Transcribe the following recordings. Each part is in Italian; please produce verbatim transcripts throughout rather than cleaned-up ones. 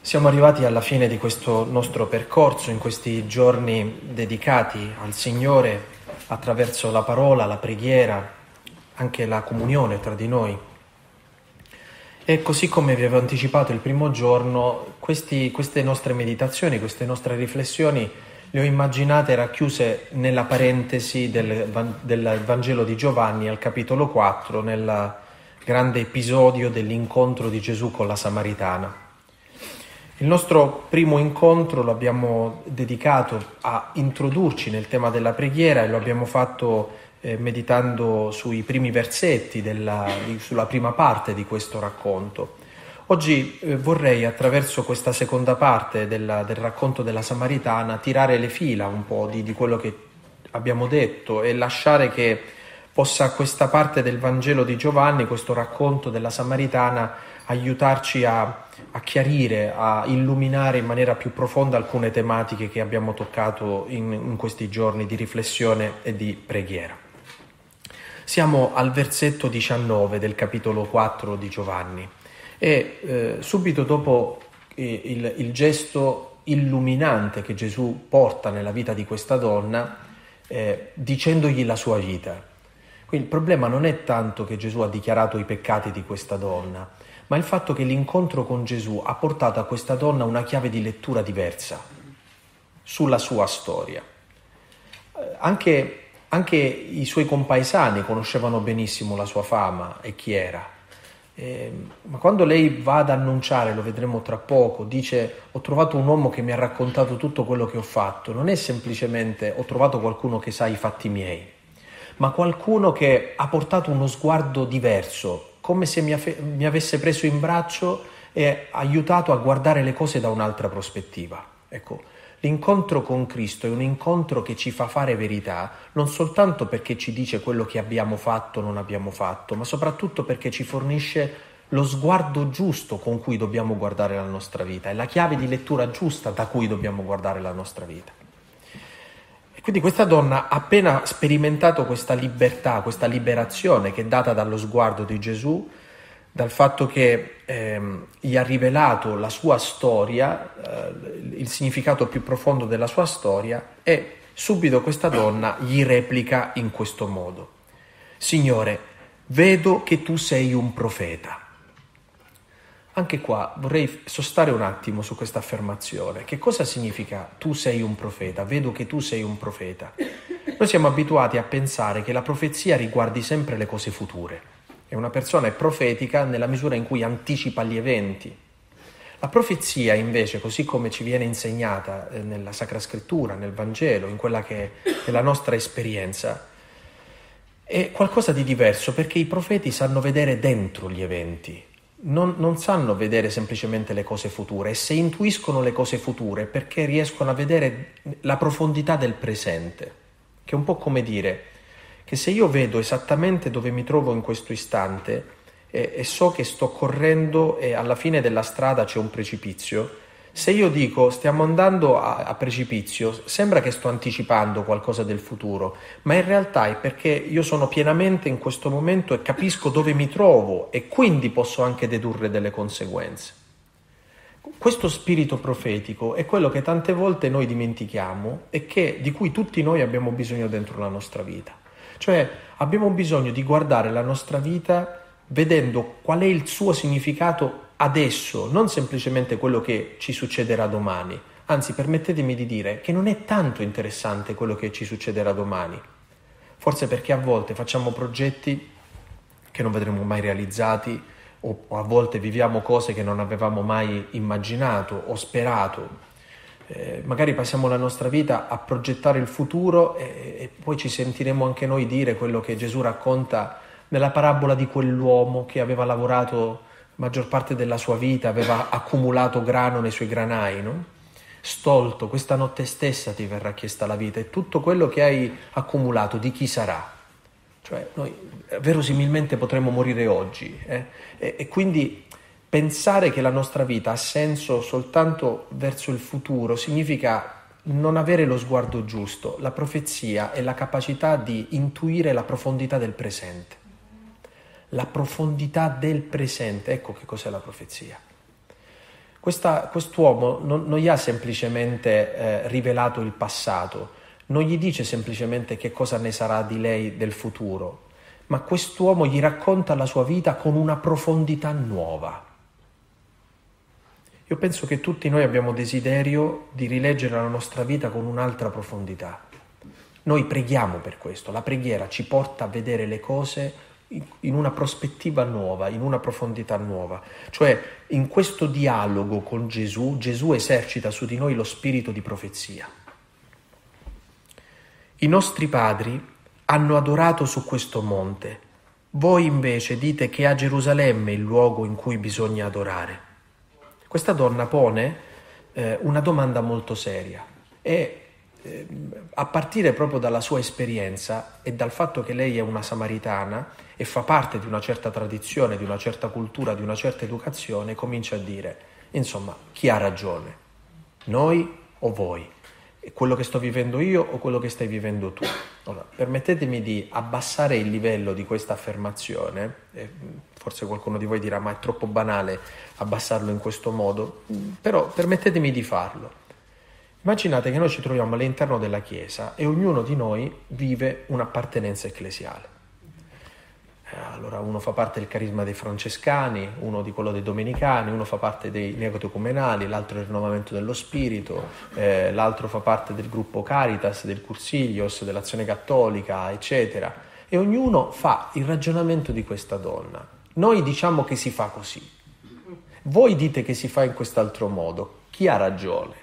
Siamo arrivati alla fine di questo nostro percorso in questi giorni dedicati al Signore attraverso la parola, la preghiera, anche la comunione tra di noi. E così come vi avevo anticipato il primo giorno, questi, queste nostre meditazioni, queste nostre riflessioni le ho immaginate racchiuse nella parentesi del, del Vangelo di Giovanni al capitolo quattro, nel grande episodio dell'incontro di Gesù con la Samaritana. Il nostro primo incontro lo abbiamo dedicato a introdurci nel tema della preghiera e lo abbiamo fatto eh, meditando sui primi versetti, della, di, sulla prima parte di questo racconto. Oggi eh, vorrei, attraverso questa seconda parte della, del racconto della Samaritana, tirare le fila un po' di, di quello che abbiamo detto e lasciare che possa questa parte del Vangelo di Giovanni, questo racconto della Samaritana, aiutarci a, a chiarire, a illuminare in maniera più profonda alcune tematiche che abbiamo toccato in, in questi giorni di riflessione e di preghiera. Siamo al versetto diciannove del capitolo quattro di Giovanni e eh, subito dopo eh, il, il gesto illuminante che Gesù porta nella vita di questa donna, eh, dicendogli la sua vita. Quindi il problema non è tanto che Gesù ha dichiarato i peccati di questa donna, ma il fatto che l'incontro con Gesù ha portato a questa donna una chiave di lettura diversa sulla sua storia. Anche, anche i suoi compaesani conoscevano benissimo la sua fama e chi era. Eh, ma quando lei va ad annunciare, lo vedremo tra poco, dice ho trovato un uomo che mi ha raccontato tutto quello che ho fatto, non è semplicemente ho trovato qualcuno che sa i fatti miei, ma qualcuno che ha portato uno sguardo diverso, come se mi, aff- mi avesse preso in braccio e aiutato a guardare le cose da un'altra prospettiva. Ecco, l'incontro con Cristo è un incontro che ci fa fare verità, non soltanto perché ci dice quello che abbiamo fatto o non abbiamo fatto, ma soprattutto perché ci fornisce lo sguardo giusto con cui dobbiamo guardare la nostra vita, è la chiave di lettura giusta da cui dobbiamo guardare la nostra vita. E quindi questa donna ha appena sperimentato questa libertà, questa liberazione che è data dallo sguardo di Gesù, dal fatto che ehm, gli ha rivelato la sua storia, eh, il significato più profondo della sua storia, e subito questa donna gli replica in questo modo: Signore, vedo che tu sei un profeta. Anche qua vorrei sostare un attimo su questa affermazione. Che cosa significa tu sei un profeta? Vedo che tu sei un profeta. Noi siamo abituati a pensare che la profezia riguardi sempre le cose future e una persona è profetica nella misura in cui anticipa gli eventi. La profezia invece, così come ci viene insegnata nella Sacra Scrittura, nel Vangelo, in quella che è la nostra esperienza, è qualcosa di diverso, perché i profeti sanno vedere dentro gli eventi. Non, non sanno vedere semplicemente le cose future, e se intuiscono le cose future perché riescono a vedere la profondità del presente, che è un po' come dire che se io vedo esattamente dove mi trovo in questo istante e, e so che sto correndo e alla fine della strada c'è un precipizio, se io dico stiamo andando a, a precipizio, sembra che sto anticipando qualcosa del futuro, ma in realtà è perché io sono pienamente in questo momento e capisco dove mi trovo e quindi posso anche dedurre delle conseguenze. Questo spirito profetico è quello che tante volte noi dimentichiamo e che, di cui tutti noi abbiamo bisogno dentro la nostra vita. Cioè abbiamo bisogno di guardare la nostra vita vedendo qual è il suo significato adesso, non semplicemente quello che ci succederà domani. Anzi, permettetemi di dire che non è tanto interessante quello che ci succederà domani. Forse perché a volte facciamo progetti che non vedremo mai realizzati, o a volte viviamo cose che non avevamo mai immaginato o sperato. Eh, magari passiamo la nostra vita a progettare il futuro e, e poi ci sentiremo anche noi dire quello che Gesù racconta nella parabola di quell'uomo che aveva lavorato maggior parte della sua vita, aveva accumulato grano nei suoi granai, no? Stolto, questa notte stessa ti verrà chiesta la vita e tutto quello che hai accumulato di chi sarà? Cioè noi verosimilmente potremmo morire oggi eh? e, e quindi pensare che la nostra vita ha senso soltanto verso il futuro significa non avere lo sguardo giusto. La profezia è la capacità di intuire la profondità del presente. La profondità del presente, ecco che cos'è la profezia. Questa, quest'uomo non, non gli ha semplicemente eh, rivelato il passato, non gli dice semplicemente che cosa ne sarà di lei del futuro, ma quest'uomo gli racconta la sua vita con una profondità nuova. Io penso che tutti noi abbiamo desiderio di rileggere la nostra vita con un'altra profondità. Noi preghiamo per questo, la preghiera ci porta a vedere le cose in una prospettiva nuova, in una profondità nuova. Cioè, in questo dialogo con Gesù, Gesù esercita su di noi lo spirito di profezia. I nostri padri hanno adorato su questo monte, voi invece dite che a Gerusalemme è il luogo in cui bisogna adorare. Questa donna pone eh, una domanda molto seria e eh, a partire proprio dalla sua esperienza e dal fatto che lei è una samaritana e fa parte di una certa tradizione, di una certa cultura, di una certa educazione, comincia a dire, insomma, chi ha ragione? Noi o voi? Quello che sto vivendo io o quello che stai vivendo tu? Allora, permettetemi di abbassare il livello di questa affermazione, eh, forse qualcuno di voi dirà ma è troppo banale abbassarlo in questo modo, però permettetemi di farlo. Immaginate che noi ci troviamo all'interno della Chiesa e ognuno di noi vive un'appartenenza ecclesiale. Allora uno fa parte del carisma dei francescani, uno di quello dei domenicani, uno fa parte dei neocatecumenali, l'altro del rinnovamento dello spirito, eh, l'altro fa parte del gruppo Caritas, del Cursilios, dell'Azione Cattolica, eccetera. E ognuno fa il ragionamento di questa donna. Noi diciamo che si fa così, voi dite che si fa in quest'altro modo. Chi ha ragione?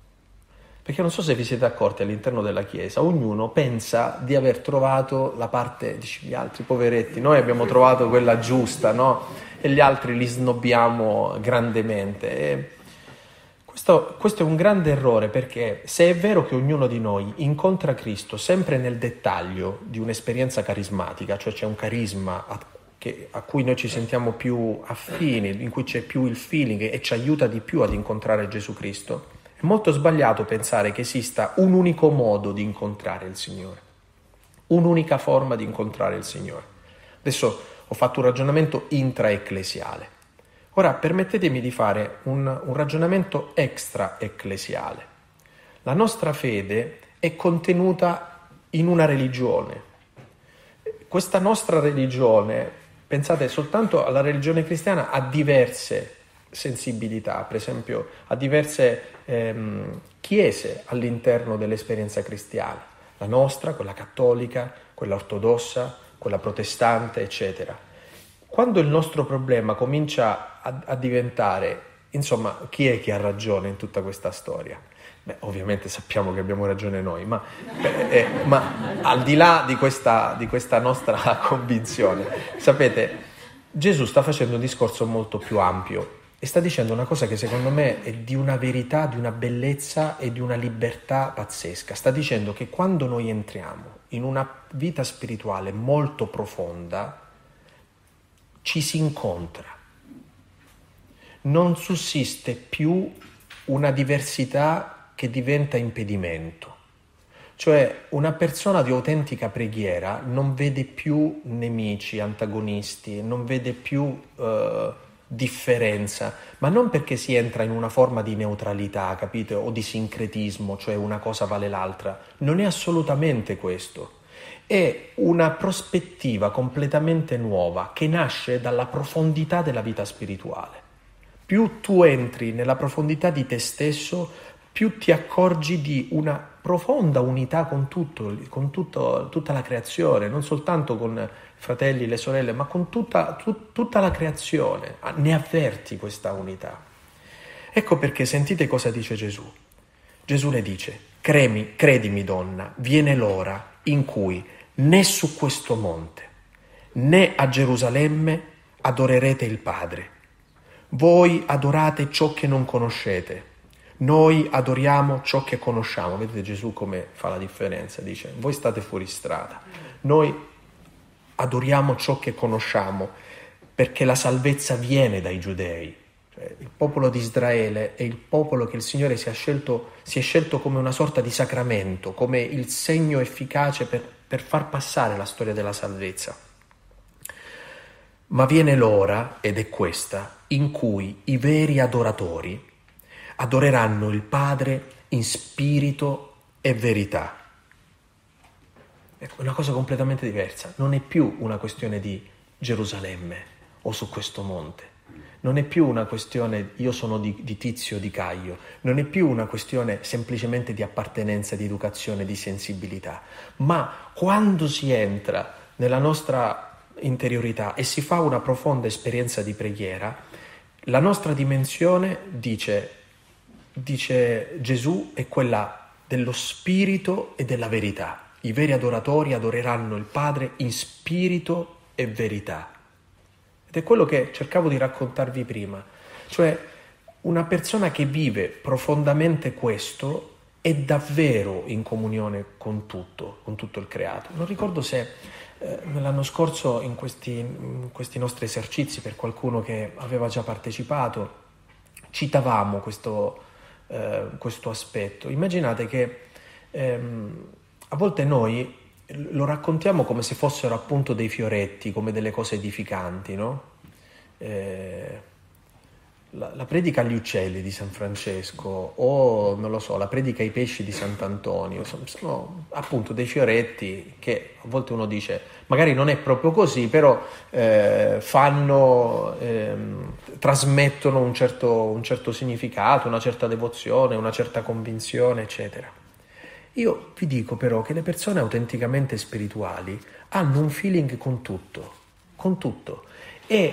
Perché non so se vi siete accorti all'interno della Chiesa, ognuno pensa di aver trovato la parte, dici, gli altri poveretti, noi abbiamo trovato quella giusta, no? E gli altri li snobbiamo grandemente. E questo, questo è un grande errore, perché se è vero che ognuno di noi incontra Cristo sempre nel dettaglio di un'esperienza carismatica, cioè c'è un carisma a, che, a cui noi ci sentiamo più affini, in cui c'è più il feeling e ci aiuta di più ad incontrare Gesù Cristo, è molto sbagliato pensare che esista un unico modo di incontrare il Signore, un'unica forma di incontrare il Signore. Adesso ho fatto un ragionamento intraecclesiale. Ora permettetemi di fare un, un ragionamento extra-ecclesiale. La nostra fede è contenuta in una religione. Questa nostra religione, pensate soltanto alla religione cristiana, ha diverse sensibilità, per esempio a diverse ehm, chiese all'interno dell'esperienza cristiana, la nostra, quella cattolica, quella ortodossa, quella protestante, eccetera. Quando il nostro problema comincia a, a diventare, insomma, chi è che ha ragione in tutta questa storia? Beh, ovviamente sappiamo che abbiamo ragione noi, ma, beh, eh, ma al di là di questa, di questa nostra convinzione, sapete, Gesù sta facendo un discorso molto più ampio e sta dicendo una cosa che secondo me è di una verità, di una bellezza e di una libertà pazzesca. Sta dicendo che quando noi entriamo in una vita spirituale molto profonda, ci si incontra. Non sussiste più una diversità che diventa impedimento. Cioè una persona di autentica preghiera non vede più nemici, antagonisti, non vede più eh, differenza, ma non perché si entra in una forma di neutralità, capite, o di sincretismo, cioè una cosa vale l'altra. Non è assolutamente questo. È una prospettiva completamente nuova che nasce dalla profondità della vita spirituale. Più tu entri nella profondità di te stesso, più ti accorgi di una profonda unità con tutto, con tutto, tutta la creazione, non soltanto con i fratelli, le sorelle, ma con tutta, tut, tutta la creazione. Ne avverti questa unità. Ecco perché sentite cosa dice Gesù. Gesù le dice, Cremi, credimi donna, viene l'ora in cui né su questo monte, né a Gerusalemme adorerete il Padre. Voi adorate ciò che non conoscete. Noi adoriamo ciò che conosciamo. Vedete Gesù come fa la differenza? Dice, voi state fuori strada. Noi adoriamo ciò che conosciamo perché la salvezza viene dai giudei. Cioè, il popolo di Israele è il popolo che il Signore si è scelto, si è scelto come una sorta di sacramento, come il segno efficace per, per far passare la storia della salvezza. Ma viene l'ora, ed è questa, in cui i veri adoratori adoreranno il Padre in spirito e verità. È una cosa completamente diversa. Non è più una questione di Gerusalemme o su questo monte. Non è più una questione io sono di, di Tizio o di Caio. Non è più una questione semplicemente di appartenenza, di educazione, di sensibilità. Ma quando si entra nella nostra interiorità e si fa una profonda esperienza di preghiera, la nostra dimensione, dice, dice Gesù, è quella dello spirito e della verità. I veri adoratori adoreranno il Padre in spirito e verità. Ed è quello che cercavo di raccontarvi prima. Cioè, una persona che vive profondamente questo è davvero in comunione con tutto, con tutto il creato. Non ricordo se eh, l'anno scorso in questi, in questi nostri esercizi, per qualcuno che aveva già partecipato, citavamo questo, eh, questo aspetto. Immaginate che ehm, a volte noi lo raccontiamo come se fossero appunto dei fioretti, come delle cose edificanti, no? Eh, la, la predica agli uccelli di San Francesco o, non lo so, la predica ai pesci di Sant'Antonio, sono, sono appunto dei fioretti che a volte uno dice, magari non è proprio così, però eh, fanno, ehm, trasmettono un certo, un certo significato, una certa devozione, una certa convinzione, eccetera. Io vi dico però che le persone autenticamente spirituali hanno un feeling con tutto, con tutto, e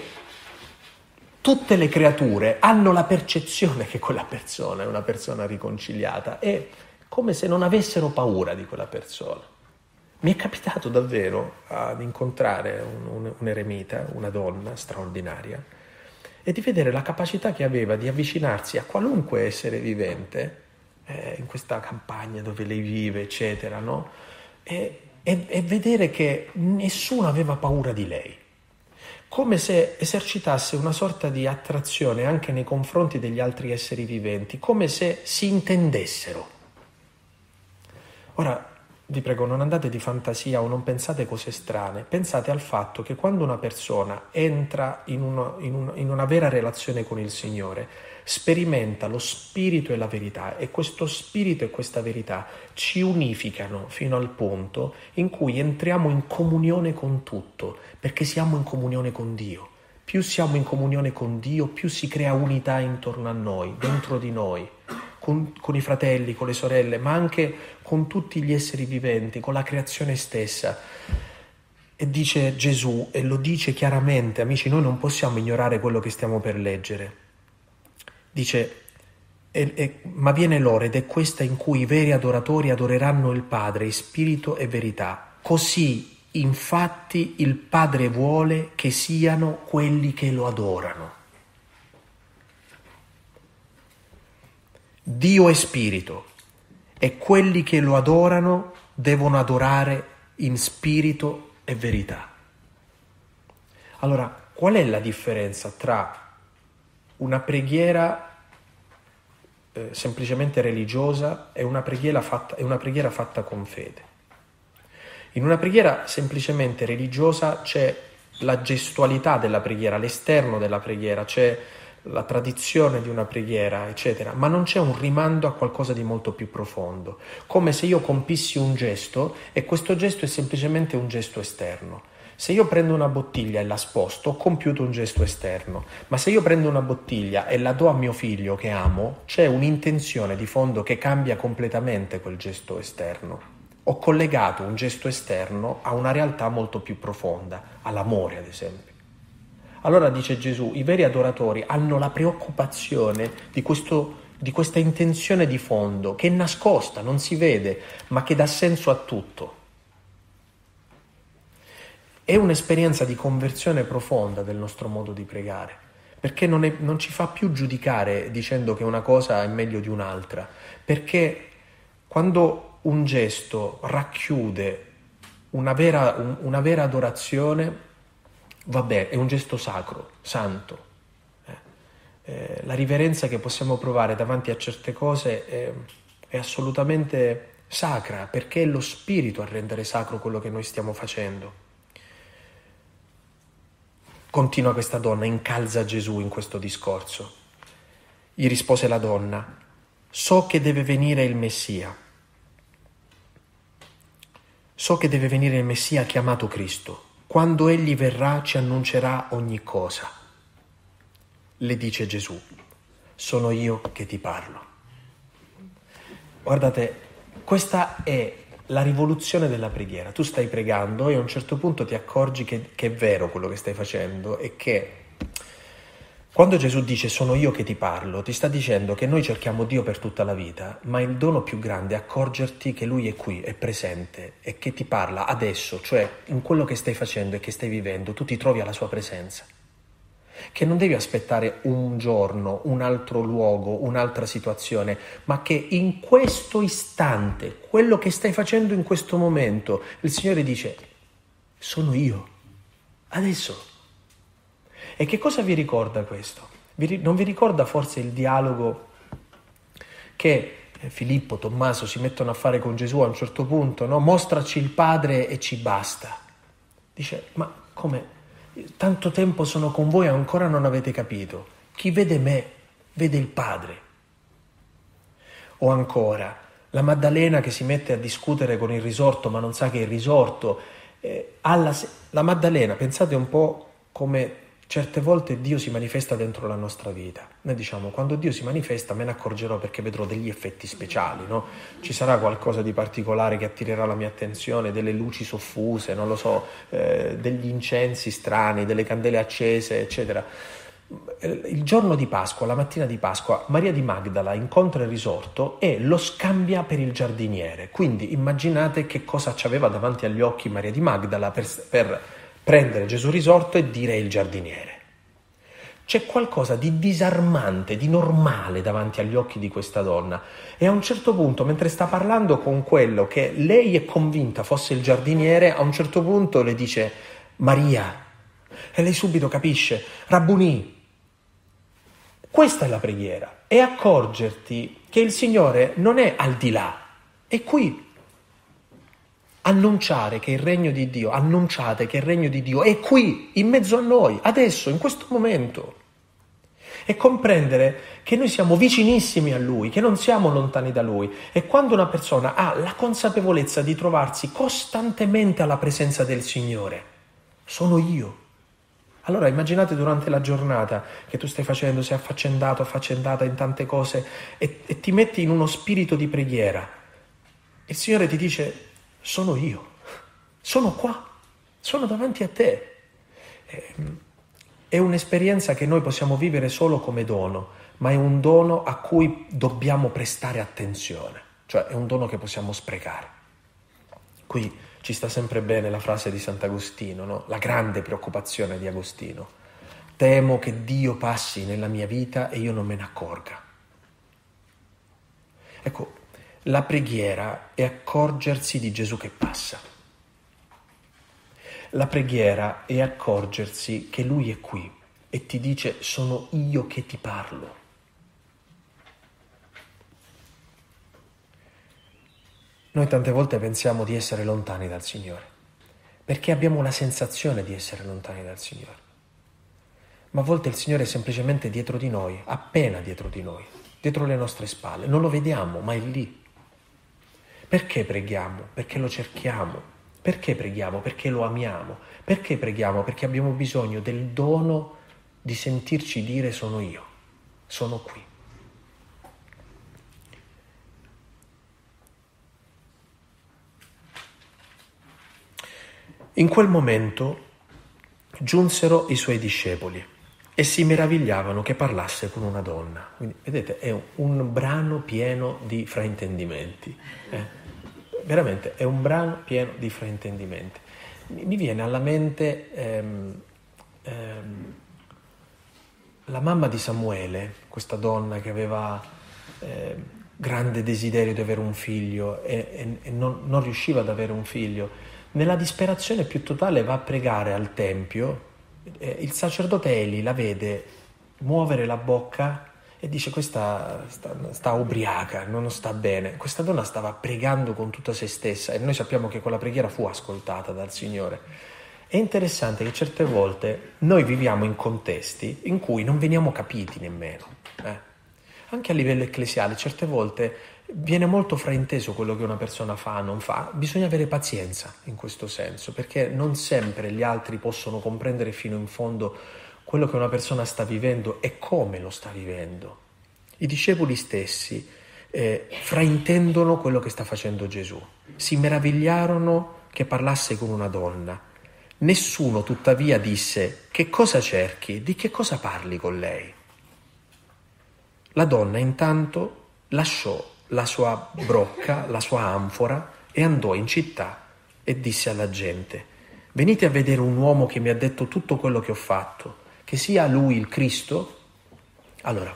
tutte le creature hanno la percezione che quella persona è una persona riconciliata, è come se non avessero paura di quella persona. Mi è capitato davvero ad incontrare un, un, un eremita, una donna straordinaria, e di vedere la capacità che aveva di avvicinarsi a qualunque essere vivente, Eh, in questa campagna dove lei vive, eccetera, no? E, e, e vedere che nessuno aveva paura di lei, come se esercitasse una sorta di attrazione anche nei confronti degli altri esseri viventi, come se si intendessero. Ora, vi prego, non andate di fantasia o non pensate cose strane, pensate al fatto che quando una persona entra in, uno, in, un, in una vera relazione con il Signore, sperimenta lo spirito e la verità, e questo spirito e questa verità ci unificano fino al punto in cui entriamo in comunione con tutto, perché siamo in comunione con Dio. Più siamo in comunione con Dio, più si crea unità intorno a noi, dentro di noi, con, con i fratelli, con le sorelle, ma anche con tutti gli esseri viventi, con la creazione stessa. E dice Gesù, e lo dice chiaramente, amici, noi non possiamo ignorare quello che stiamo per leggere. Dice, e, e, ma viene l'ora, ed è questa in cui i veri adoratori adoreranno il Padre in spirito e verità. Così, infatti, il Padre vuole che siano quelli che lo adorano. Dio è spirito, e quelli che lo adorano devono adorare in spirito e verità. Allora, qual è la differenza tra una preghiera eh, semplicemente religiosa e una preghiera fatta, e una preghiera fatta con fede? In una preghiera semplicemente religiosa c'è la gestualità della preghiera, l'esterno della preghiera, c'è la tradizione di una preghiera, eccetera, ma non c'è un rimando a qualcosa di molto più profondo, come se io compissi un gesto e questo gesto è semplicemente un gesto esterno. Se io prendo una bottiglia e la sposto, ho compiuto un gesto esterno, ma se io prendo una bottiglia e la do a mio figlio che amo, c'è un'intenzione di fondo che cambia completamente quel gesto esterno. Ho collegato un gesto esterno a una realtà molto più profonda, all'amore ad esempio. Allora dice Gesù, i veri adoratori hanno la preoccupazione di questo, di questa intenzione di fondo, che è nascosta, non si vede, ma che dà senso a tutto. È un'esperienza di conversione profonda del nostro modo di pregare, perché non, è, non ci fa più giudicare dicendo che una cosa è meglio di un'altra, perché quando un gesto racchiude una vera, un, una vera adorazione, vabbè, è un gesto sacro, santo. Eh, eh, la riverenza che possiamo provare davanti a certe cose è, è assolutamente sacra, perché è lo Spirito a rendere sacro quello che noi stiamo facendo. continua questa donna, incalza Gesù in questo discorso. Gli rispose la donna: so che deve venire il Messia. So che deve venire il Messia chiamato Cristo. Quando egli verrà ci annuncerà ogni cosa. Le dice Gesù: sono io che ti parlo. Guardate, questa è la rivoluzione della preghiera. Tu stai pregando e a un certo punto ti accorgi che, che è vero quello che stai facendo e che quando Gesù dice sono io che ti parlo, ti sta dicendo che noi cerchiamo Dio per tutta la vita, ma il dono più grande è accorgerti che Lui è qui, è presente e che ti parla adesso, cioè in quello che stai facendo e che stai vivendo, tu ti trovi alla sua presenza. Che non devi aspettare un giorno, un altro luogo, un'altra situazione, ma che in questo istante, quello che stai facendo in questo momento, il Signore dice: sono io, adesso. E che cosa vi ricorda questo? Vi, non vi ricorda forse il dialogo che Filippo, Tommaso si mettono a fare con Gesù a un certo punto, no? Mostraci il Padre e ci basta. Dice: ma come? Tanto tempo sono con voi e ancora non avete capito. Chi vede me, vede il Padre. O ancora, la Maddalena che si mette a discutere con il risorto ma non sa che è il risorto. Eh, alla, la Maddalena, pensate un po' come certe volte Dio si manifesta dentro la nostra vita. Noi diciamo: quando Dio si manifesta me ne accorgerò perché vedrò degli effetti speciali, no? Ci sarà qualcosa di particolare che attirerà la mia attenzione, delle luci soffuse, non lo so, eh, degli incensi strani, delle candele accese, eccetera. Il giorno di Pasqua, la mattina di Pasqua, Maria di Magdala incontra il risorto e lo scambia per il giardiniere. Quindi immaginate che cosa c'aveva davanti agli occhi Maria di Magdala per, per prendere Gesù risorto e dire il giardiniere. C'è qualcosa di disarmante, di normale davanti agli occhi di questa donna e a un certo punto, mentre sta parlando con quello che lei è convinta fosse il giardiniere, a un certo punto le dice Maria e lei subito capisce, Rabbunì. Questa è la preghiera, è accorgerti che il Signore non è al di là, è qui. Annunciare che il regno di Dio, annunciate che il regno di Dio è qui, in mezzo a noi, adesso, in questo momento. E comprendere che noi siamo vicinissimi a Lui, che non siamo lontani da Lui. E quando una persona ha la consapevolezza di trovarsi costantemente alla presenza del Signore, sono io. Allora immaginate durante la giornata che tu stai facendo, sei affaccendato, affaccendata in tante cose e, e ti metti in uno spirito di preghiera. Il Signore ti dice: sono io, sono qua, sono davanti a te. È un'esperienza che noi possiamo vivere solo come dono, ma è un dono a cui dobbiamo prestare attenzione, cioè è un dono che possiamo sprecare. Qui ci sta sempre bene la frase di Sant'Agostino, no? La grande preoccupazione di Agostino. Temo che Dio passi nella mia vita e io non me ne accorga. Ecco, la preghiera è accorgersi di Gesù che passa. La preghiera è accorgersi che Lui è qui e ti dice: sono io che ti parlo. Noi tante volte pensiamo di essere lontani dal Signore, perché abbiamo la sensazione di essere lontani dal Signore. Ma a volte il Signore è semplicemente dietro di noi, appena dietro di noi, dietro le nostre spalle. Non lo vediamo, ma è lì. Perché preghiamo? Perché lo cerchiamo. Perché preghiamo? Perché lo amiamo. Perché preghiamo? Perché abbiamo bisogno del dono di sentirci dire: sono io, sono qui. In quel momento giunsero i suoi discepoli e si meravigliavano che parlasse con una donna. Quindi, vedete, è un, un brano pieno di fraintendimenti. Eh? Veramente è un brano pieno di fraintendimenti. Mi viene alla mente ehm, ehm, la mamma di Samuele, questa donna che aveva eh, grande desiderio di avere un figlio e, e, e non, non riusciva ad avere un figlio. Nella disperazione più totale va a pregare al tempio, eh, il sacerdote Eli la vede muovere la bocca e dice: questa sta, sta ubriaca, non sta bene. Questa donna stava pregando con tutta se stessa e noi sappiamo che quella preghiera fu ascoltata dal Signore. È interessante che certe volte noi viviamo in contesti in cui non veniamo capiti nemmeno. Eh? Anche a livello ecclesiale certe volte viene molto frainteso quello che una persona fa o non fa. Bisogna avere pazienza in questo senso, perché non sempre gli altri possono comprendere fino in fondo quello che una persona sta vivendo e come lo sta vivendo. I discepoli stessi eh, fraintendono quello che sta facendo Gesù. Si meravigliarono che parlasse con una donna. Nessuno tuttavia disse: che cosa cerchi? Di che cosa parli con lei? La donna intanto lasciò la sua brocca, la sua anfora e andò in città e disse alla gente: venite a vedere un uomo che mi ha detto tutto quello che ho fatto, che sia lui il Cristo? Allora,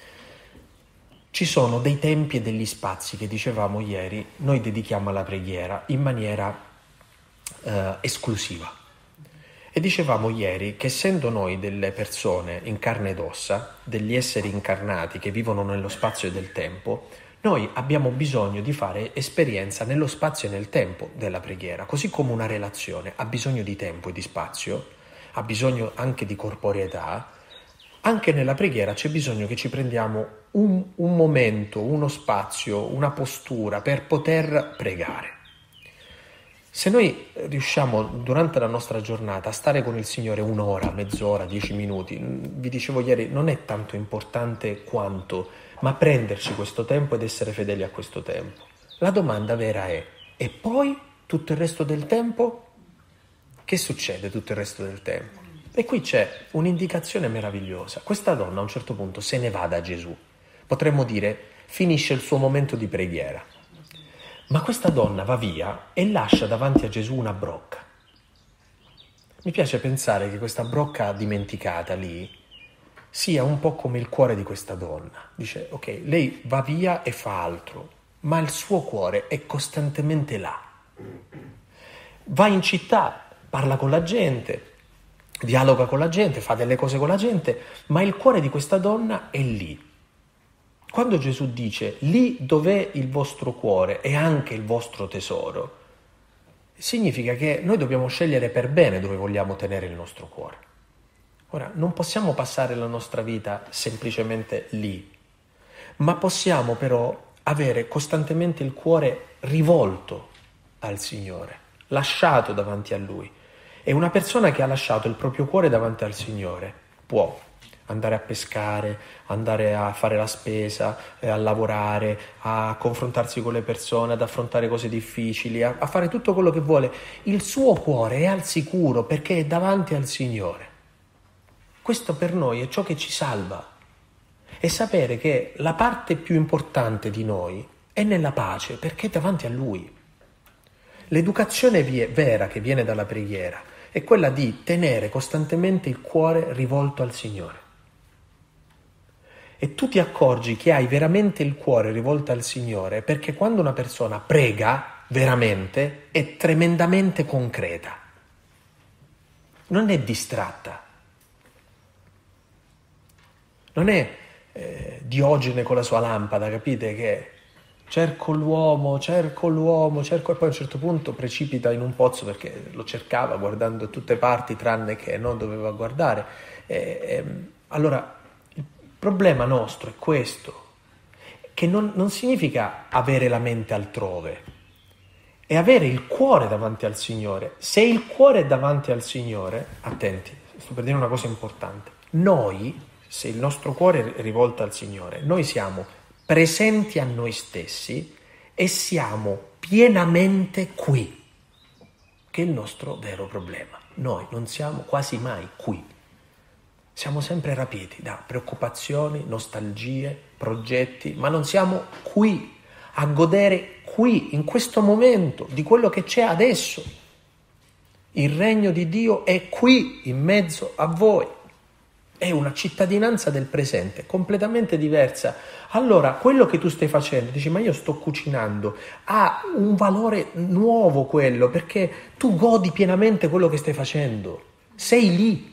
ci sono dei tempi e degli spazi che dicevamo ieri, noi dedichiamo alla preghiera in maniera eh, esclusiva. E dicevamo ieri che essendo noi delle persone in carne ed ossa, degli esseri incarnati che vivono nello spazio e del tempo, noi abbiamo bisogno di fare esperienza nello spazio e nel tempo della preghiera, così come una relazione ha bisogno di tempo e di spazio, ha bisogno anche di corporeità. Anche nella preghiera c'è bisogno che ci prendiamo un, un momento, uno spazio, una postura per poter pregare. Se noi riusciamo durante la nostra giornata a stare con il Signore un'ora, mezz'ora, dieci minuti, vi dicevo ieri, non è tanto importante quanto, ma prenderci questo tempo ed essere fedeli a questo tempo. La domanda vera è: e poi tutto il resto del tempo? Che succede tutto il resto del tempo? E qui c'è un'indicazione meravigliosa. Questa donna a un certo punto se ne va da Gesù. Potremmo dire, finisce il suo momento di preghiera. Ma questa donna va via e lascia davanti a Gesù una brocca. Mi piace pensare che questa brocca dimenticata lì sia un po' come il cuore di questa donna. Dice, ok, lei va via e fa altro, ma il suo cuore è costantemente là. Va in città, parla con la gente, dialoga con la gente, fa delle cose con la gente, ma il cuore di questa donna è lì. Quando Gesù dice lì dov'è il vostro cuore e anche il vostro tesoro, significa che noi dobbiamo scegliere per bene dove vogliamo tenere il nostro cuore. Ora, non possiamo passare la nostra vita semplicemente lì, ma possiamo però avere costantemente il cuore rivolto al Signore, lasciato davanti a Lui. E una persona che ha lasciato il proprio cuore davanti al Signore può andare a pescare, andare a fare la spesa, a lavorare, a confrontarsi con le persone, ad affrontare cose difficili, a, a fare tutto quello che vuole. Il suo cuore è al sicuro perché è davanti al Signore. Questo per noi è ciò che ci salva. E sapere che la parte più importante di noi è nella pace perché è davanti a Lui. L'educazione vera che viene dalla preghiera è quella di tenere costantemente il cuore rivolto al Signore. E tu ti accorgi che hai veramente il cuore rivolto al Signore perché quando una persona prega veramente è tremendamente concreta. Non è distratta. Non è eh, Diogene con la sua lampada, capite? Che cerco l'uomo, cerco l'uomo, cerco... E poi a un certo punto precipita in un pozzo perché lo cercava guardando tutte parti tranne che non doveva guardare. E, e, allora... Il problema nostro è questo, che non, non significa avere la mente altrove, è avere il cuore davanti al Signore. Se il cuore è davanti al Signore, attenti, sto per dire una cosa importante, noi, se il nostro cuore è rivolto al Signore, noi siamo presenti a noi stessi e siamo pienamente qui, che è il nostro vero problema. Noi non siamo quasi mai qui. Siamo sempre rapiti da preoccupazioni, nostalgie, progetti, ma non siamo qui a godere qui, in questo momento, di quello che c'è adesso. Il regno di Dio è qui, in mezzo a voi. È una cittadinanza del presente, completamente diversa. Allora, quello che tu stai facendo, dici, ma io sto cucinando, ha un valore nuovo quello, perché tu godi pienamente quello che stai facendo. Sei lì.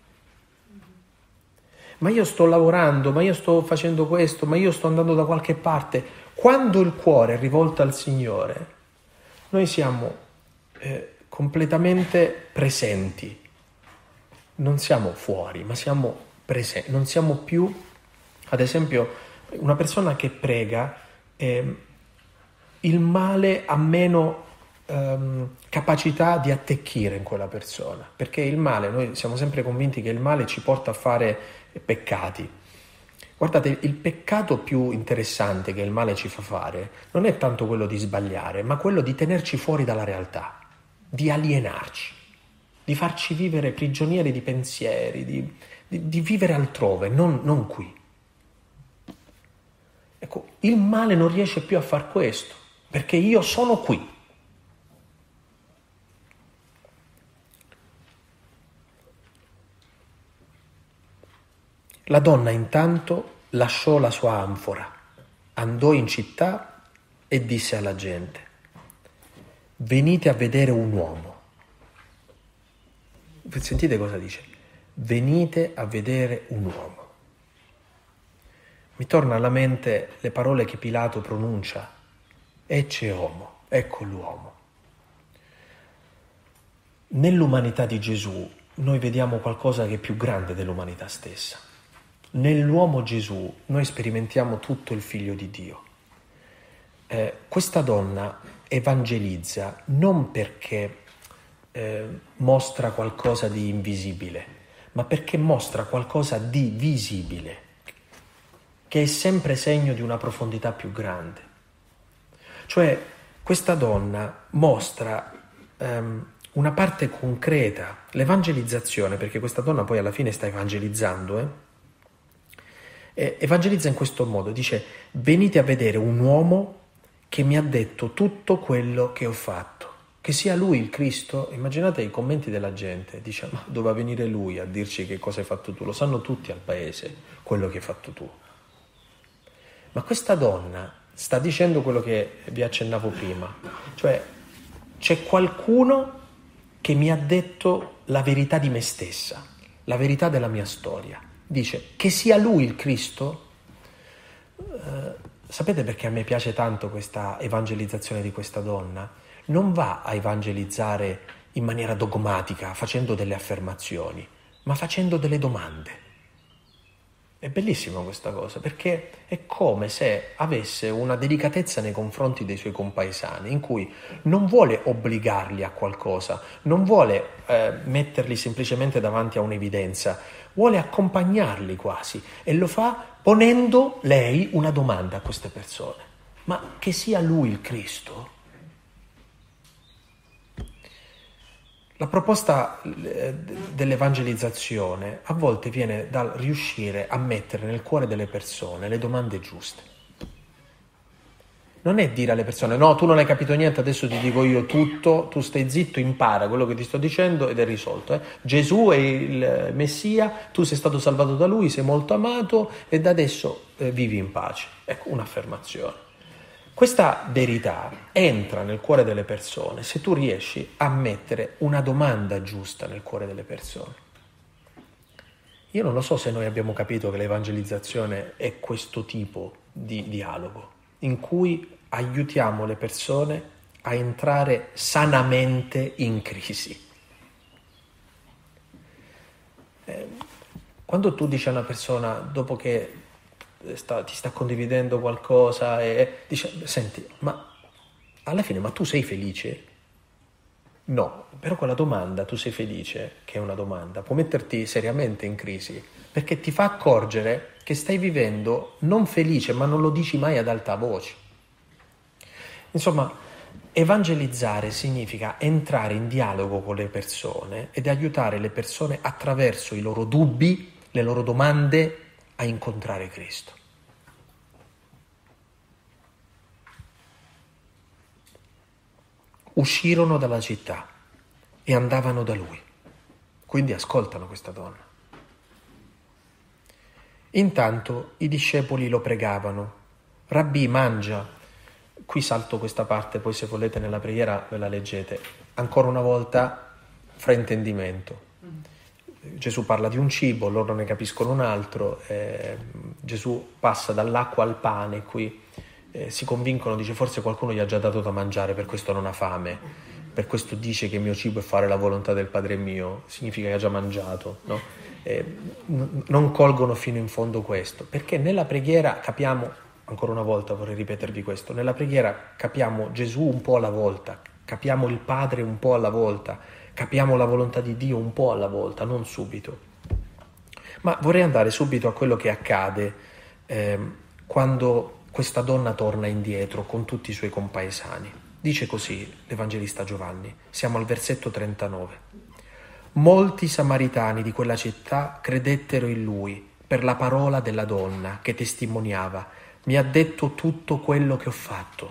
Ma io sto lavorando, ma io sto facendo questo, ma io sto andando da qualche parte. Quando il cuore è rivolto al Signore, noi siamo eh, completamente presenti. Non siamo fuori, ma siamo presenti. Non siamo più, ad esempio, una persona che prega, eh, il male ha meno ehm, capacità di attecchire in quella persona, perché il male, noi siamo sempre convinti che il male ci porta a fare peccati. Guardate, il peccato più interessante che il male ci fa fare non è tanto quello di sbagliare, ma quello di tenerci fuori dalla realtà, di alienarci, di farci vivere prigionieri di pensieri, di, di, di vivere altrove, non, non qui. Ecco, il male non riesce più a far questo, perché io sono qui. La donna intanto lasciò la sua anfora, andò in città e disse alla gente: venite a vedere un uomo. Sentite cosa dice: venite a vedere un uomo. Mi torna alla mente le parole che Pilato pronuncia: ecce homo, ecco l'uomo. Nell'umanità di Gesù noi vediamo qualcosa che è più grande dell'umanità stessa. Nell'uomo Gesù noi sperimentiamo tutto il Figlio di Dio. Eh, questa donna evangelizza non perché eh, mostra qualcosa di invisibile, ma perché mostra qualcosa di visibile, che è sempre segno di una profondità più grande. Cioè, questa donna mostra ehm, una parte concreta, l'evangelizzazione, perché questa donna poi alla fine sta evangelizzando, eh? E evangelizza in questo modo, dice: venite a vedere un uomo che mi ha detto tutto quello che ho fatto. Che sia lui il Cristo? Immaginate i commenti della gente, dice: ma doveva venire lui a dirci che cosa hai fatto tu, lo sanno tutti al paese quello che hai fatto tu. Ma questa donna sta dicendo quello che vi accennavo prima, cioè c'è qualcuno che mi ha detto la verità di me stessa, la verità della mia storia. Dice: che sia lui il Cristo? Eh, sapete perché a me piace tanto questa evangelizzazione di questa donna? Non va a evangelizzare in maniera dogmatica, facendo delle affermazioni, ma facendo delle domande. È bellissima questa cosa, perché è come se avesse una delicatezza nei confronti dei suoi compaesani, in cui non vuole obbligarli a qualcosa, non vuole eh, metterli semplicemente davanti a un'evidenza, vuole accompagnarli quasi, e lo fa ponendo lei una domanda a queste persone: ma che sia lui il Cristo? La proposta dell'evangelizzazione a volte viene dal riuscire a mettere nel cuore delle persone le domande giuste. Non è dire alle persone: no, tu non hai capito niente, adesso ti dico io tutto, tu stai zitto, impara quello che ti sto dicendo ed è risolto. Eh? Gesù è il Messia, tu sei stato salvato da lui, sei molto amato e da adesso eh, vivi in pace. Ecco un'affermazione. Questa verità entra nel cuore delle persone se tu riesci a mettere una domanda giusta nel cuore delle persone. Io non lo so se noi abbiamo capito che l'evangelizzazione è questo tipo di dialogo, in cui aiutiamo le persone a entrare sanamente in crisi. Eh, quando tu dici a una persona, dopo che Sta, ti sta condividendo qualcosa e dice: senti, ma alla fine ma tu sei felice? No, però quella domanda, tu sei felice, che è una domanda, può metterti seriamente in crisi, perché ti fa accorgere che stai vivendo non felice, ma non lo dici mai ad alta voce. Insomma, evangelizzare significa entrare in dialogo con le persone ed aiutare le persone attraverso i loro dubbi, le loro domande, a incontrare Cristo. Uscirono dalla città e andavano da lui. Quindi ascoltano questa donna. Intanto i discepoli lo pregavano: Rabbì, mangia. Qui salto questa parte, poi se volete nella preghiera ve la leggete. Ancora una volta, fraintendimento. Gesù parla di un cibo, loro ne capiscono un altro, eh, Gesù passa dall'acqua al pane, qui eh, si convincono, dice: forse qualcuno gli ha già dato da mangiare, per questo non ha fame. per questo dice che il mio cibo è fare la volontà del Padre mio, significa che ha già mangiato, no? Eh, n- non colgono fino in fondo questo, perché nella preghiera capiamo, ancora una volta vorrei ripetervi questo, nella preghiera capiamo Gesù un po' alla volta, capiamo il Padre un po' alla volta, capiamo la volontà di Dio un po' alla volta, non subito. Ma vorrei andare subito a quello che accade eh, quando questa donna torna indietro con tutti i suoi compaesani. Dice così l'Evangelista Giovanni, siamo al versetto trentanove. Molti samaritani di quella città credettero in lui per la parola della donna che testimoniava: mi ha detto tutto quello che ho fatto.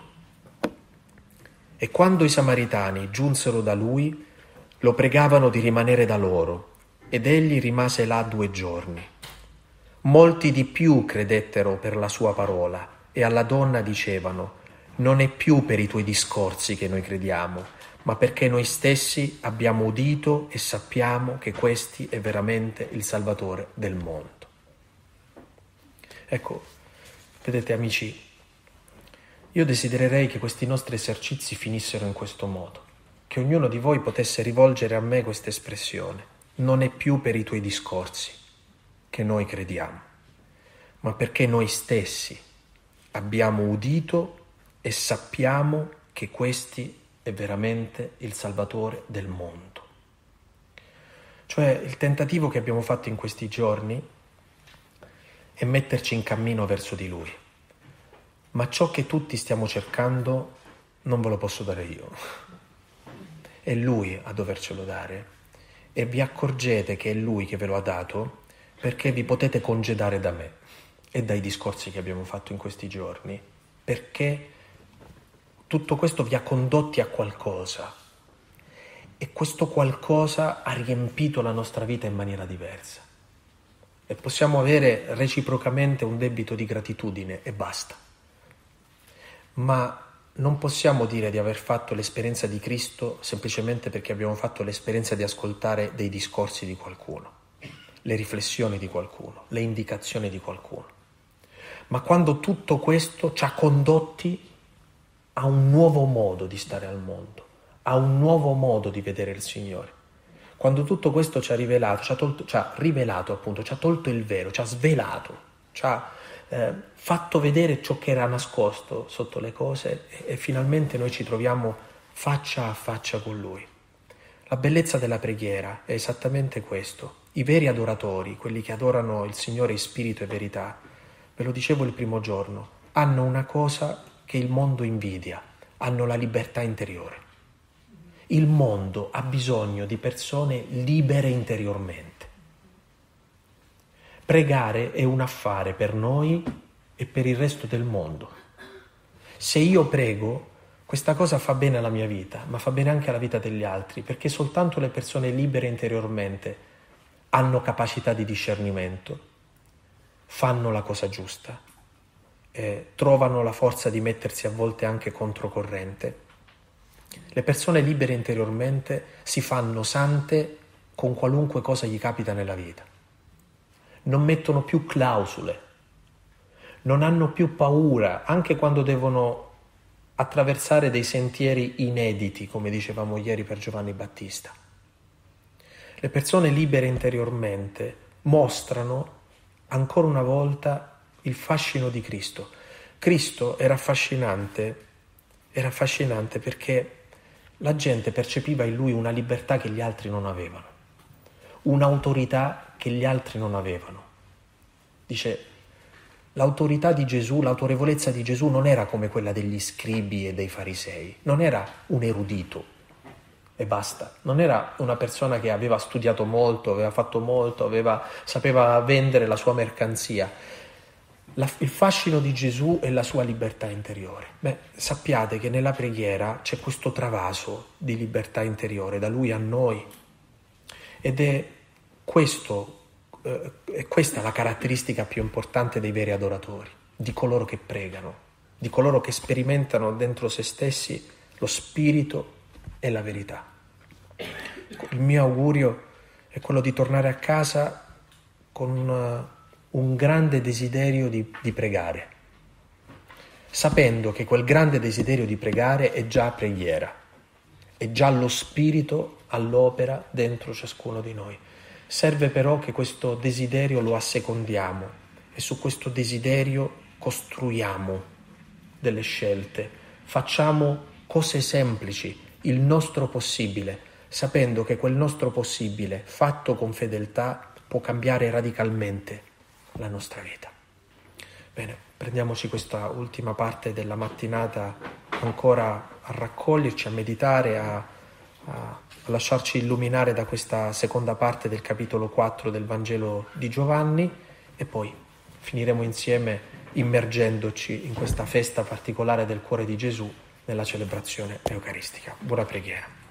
E quando i samaritani giunsero da lui, lo pregavano di rimanere da loro, ed egli rimase là due giorni. Molti di più credettero per la sua parola, e alla donna dicevano: non è più per i tuoi discorsi che noi crediamo, ma perché noi stessi abbiamo udito e sappiamo che questi è veramente il Salvatore del mondo. Ecco, vedete amici, io desidererei che questi nostri esercizi finissero in questo modo, che ognuno di voi potesse rivolgere a me questa espressione: non è più per i tuoi discorsi che noi crediamo, ma perché noi stessi abbiamo udito e sappiamo che questi è veramente il Salvatore del mondo. Cioè il tentativo che abbiamo fatto in questi giorni è metterci in cammino verso di Lui, ma ciò che tutti stiamo cercando non ve lo posso dare io, è Lui a dovercelo dare, e vi accorgete che è Lui che ve lo ha dato perché vi potete congedare da me e dai discorsi che abbiamo fatto in questi giorni, perché tutto questo vi ha condotti a qualcosa e questo qualcosa ha riempito la nostra vita in maniera diversa. E possiamo avere reciprocamente un debito di gratitudine e basta. Ma non possiamo dire di aver fatto l'esperienza di Cristo semplicemente perché abbiamo fatto l'esperienza di ascoltare dei discorsi di qualcuno, le riflessioni di qualcuno, le indicazioni di qualcuno. Ma quando tutto questo ci ha condotti a un nuovo modo di stare al mondo, a un nuovo modo di vedere il Signore. Quando tutto questo ci ha rivelato, ci ha, tolto, ci ha rivelato appunto, ci ha tolto il velo, ci ha svelato, ci ha eh, fatto vedere ciò che era nascosto sotto le cose e, e finalmente noi ci troviamo faccia a faccia con Lui. La bellezza della preghiera è esattamente questo. I veri adoratori, quelli che adorano il Signore in spirito e verità, ve lo dicevo il primo giorno, hanno una cosa che il mondo invidia, hanno la libertà interiore. Il mondo ha bisogno di persone libere interiormente. Pregare è un affare per noi e per il resto del mondo. Se io prego, questa cosa fa bene alla mia vita, ma fa bene anche alla vita degli altri, perché soltanto le persone libere interiormente hanno capacità di discernimento, fanno la cosa giusta, eh, trovano la forza di mettersi a volte anche controcorrente. Le persone libere interiormente si fanno sante con qualunque cosa gli capita nella vita. Non mettono più clausole, non hanno più paura, anche quando devono attraversare dei sentieri inediti, come dicevamo ieri per Giovanni Battista. Le persone libere interiormente mostrano ancora una volta il fascino di Cristo. Cristo era affascinante, era affascinante perché la gente percepiva in lui una libertà che gli altri non avevano, un'autorità che gli altri non avevano. Dice, l'autorità di Gesù, l'autorevolezza di Gesù non era come quella degli scribi e dei farisei, non era un erudito e basta, non era una persona che aveva studiato molto, aveva fatto molto, aveva, sapeva vendere la sua mercanzia. La, il fascino di Gesù è la sua libertà interiore. Beh, sappiate che nella preghiera c'è questo travaso di libertà interiore da Lui a noi, ed è questo, eh, è questa la caratteristica più importante dei veri adoratori, di coloro che pregano, di coloro che sperimentano dentro se stessi lo spirito e la verità. Il mio augurio è quello di tornare a casa con una, un grande desiderio di, di pregare, sapendo che quel grande desiderio di pregare è già preghiera, è già lo Spirito all'opera dentro ciascuno di noi. Serve però che questo desiderio lo assecondiamo e su questo desiderio costruiamo delle scelte, facciamo cose semplici, il nostro possibile, sapendo che quel nostro possibile, fatto con fedeltà, può cambiare radicalmente la nostra vita. Bene, prendiamoci questa ultima parte della mattinata ancora a raccoglierci, a meditare, a, a, a lasciarci illuminare da questa seconda parte del capitolo quattro del Vangelo di Giovanni e poi finiremo insieme immergendoci in questa festa particolare del cuore di Gesù nella celebrazione eucaristica. Buona preghiera.